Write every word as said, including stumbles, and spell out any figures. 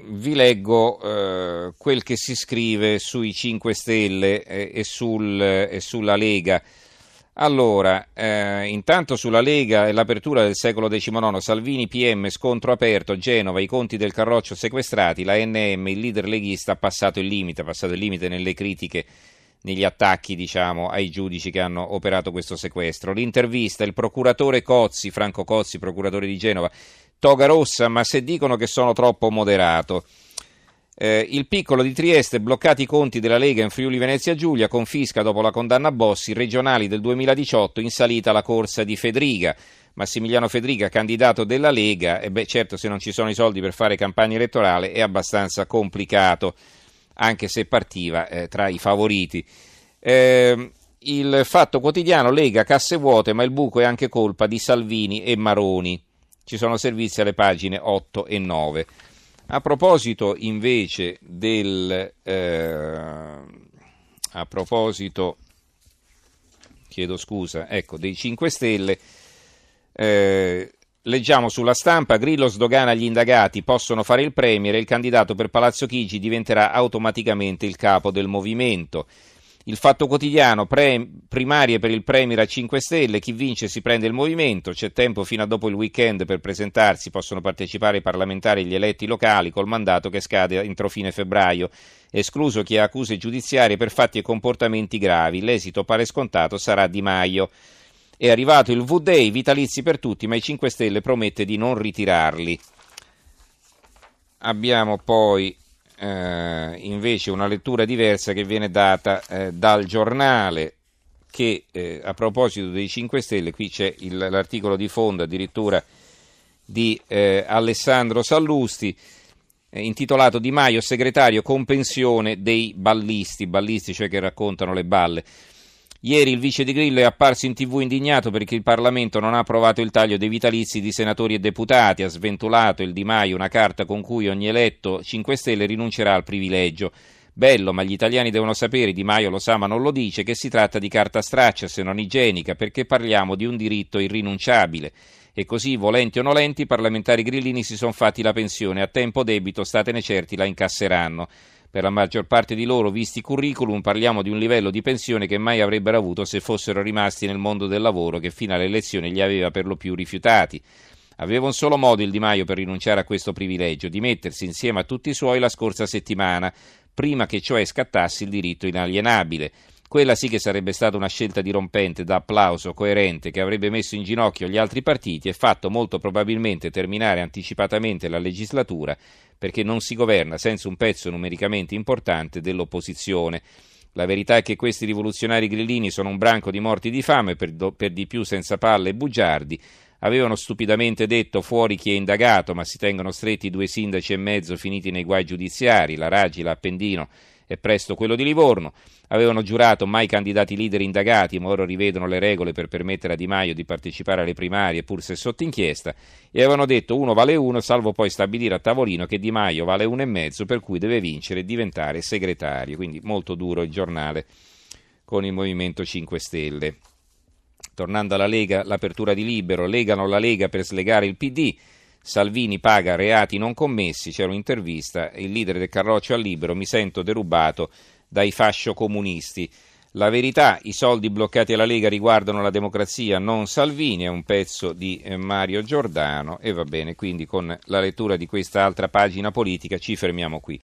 vi leggo eh, quel che si scrive sui cinque Stelle eh, e, sul, e sulla Lega. Allora, eh, intanto sulla Lega e l'apertura del secolo diciannove, Salvini P M, scontro aperto, Genova, i conti del Carroccio sequestrati, la N M, il leader leghista ha passato il limite, ha passato il limite nelle critiche, negli attacchi, diciamo, ai giudici che hanno operato questo sequestro. L'intervista, il procuratore Cozzi, Franco Cozzi, procuratore di Genova, toga rossa, ma se dicono che sono troppo moderato. Eh, il piccolo di Trieste, bloccati i conti della Lega in Friuli Venezia Giulia, confisca dopo la condanna a Bossi, regionali del duemiladiciotto, in salita la corsa di Fedriga. Massimiliano Fedriga, candidato della Lega, e beh, certo, se non ci sono i soldi per fare campagna elettorale è abbastanza complicato, anche se partiva eh, tra i favoriti. Eh, il Fatto Quotidiano, Lega, casse vuote, ma il buco è anche colpa di Salvini e Maroni. Ci sono servizi alle pagine otto e nove. A proposito invece del eh, a proposito chiedo scusa, ecco, dei cinque Stelle, eh, leggiamo sulla Stampa: Grillo sdogana gli indagati, possono fare il premier e il candidato per Palazzo Chigi diventerà automaticamente il capo del movimento. Il Fatto Quotidiano, pre- primarie per il premier a cinque Stelle, chi vince si prende il movimento, c'è tempo fino a dopo il weekend per presentarsi, possono partecipare i parlamentari e gli eletti locali col mandato che scade entro fine febbraio, escluso chi ha accuse giudiziarie per fatti e comportamenti gravi, l'esito pare scontato sarà Di Maio. È arrivato il V-Day, vitalizi per tutti, ma i cinque Stelle promette di non ritirarli. Abbiamo poi Uh, invece una lettura diversa che viene data uh, dal Giornale, che uh, a proposito dei cinque Stelle, qui c'è il, l'articolo di fondo addirittura di uh, Alessandro Sallusti, uh, intitolato Di Maio segretario con pensione dei ballisti, ballisti cioè che raccontano le balle. Ieri il vice di Grillo è apparso in tivù indignato perché il Parlamento non ha approvato il taglio dei vitalizi di senatori e deputati, ha sventolato il Di Maio una carta con cui ogni eletto cinque Stelle rinuncerà al privilegio. Bello, ma gli italiani devono sapere, Di Maio lo sa ma non lo dice, che si tratta di carta straccia se non igienica, perché parliamo di un diritto irrinunciabile. E così, volenti o nolenti, i parlamentari grillini si sono fatti la pensione, a tempo debito, statene certi, la incasseranno. Per la maggior parte di loro, visti i curriculum, parliamo di un livello di pensione che mai avrebbero avuto se fossero rimasti nel mondo del lavoro, che fino alle elezioni li aveva per lo più rifiutati. Aveva un solo modo il Di Maio per rinunciare a questo privilegio, di mettersi insieme a tutti i suoi la scorsa settimana, prima che cioè scattasse il diritto inalienabile. Quella sì che sarebbe stata una scelta dirompente, da applauso, coerente, che avrebbe messo in ginocchio gli altri partiti e fatto molto probabilmente terminare anticipatamente la legislatura, perché non si governa senza un pezzo numericamente importante dell'opposizione. La verità è che questi rivoluzionari grillini sono un branco di morti di fame, per, do, per di più senza palle e bugiardi. Avevano stupidamente detto fuori chi è indagato, ma si tengono stretti due sindaci e mezzo finiti nei guai giudiziari, la Raggi, l'Appendino e presto quello di Livorno. Avevano giurato mai candidati leader indagati, ma ora rivedono le regole per permettere a Di Maio di partecipare alle primarie pur se sotto inchiesta, e avevano detto uno vale uno, salvo poi stabilire a tavolino che Di Maio vale uno e mezzo, per cui deve vincere e diventare segretario. Quindi molto duro il Giornale con il Movimento cinque Stelle. Tornando alla Lega, l'apertura di Libero, legano la Lega per slegare il P D, Salvini paga reati non commessi, c'era un'intervista, il leader del Carroccio al Libero, mi sento derubato dai fascio-comunisti. La verità, i soldi bloccati alla Lega riguardano la democrazia, non Salvini, è un pezzo di Mario Giordano, e va bene, quindi con la lettura di questa altra pagina politica ci fermiamo qui.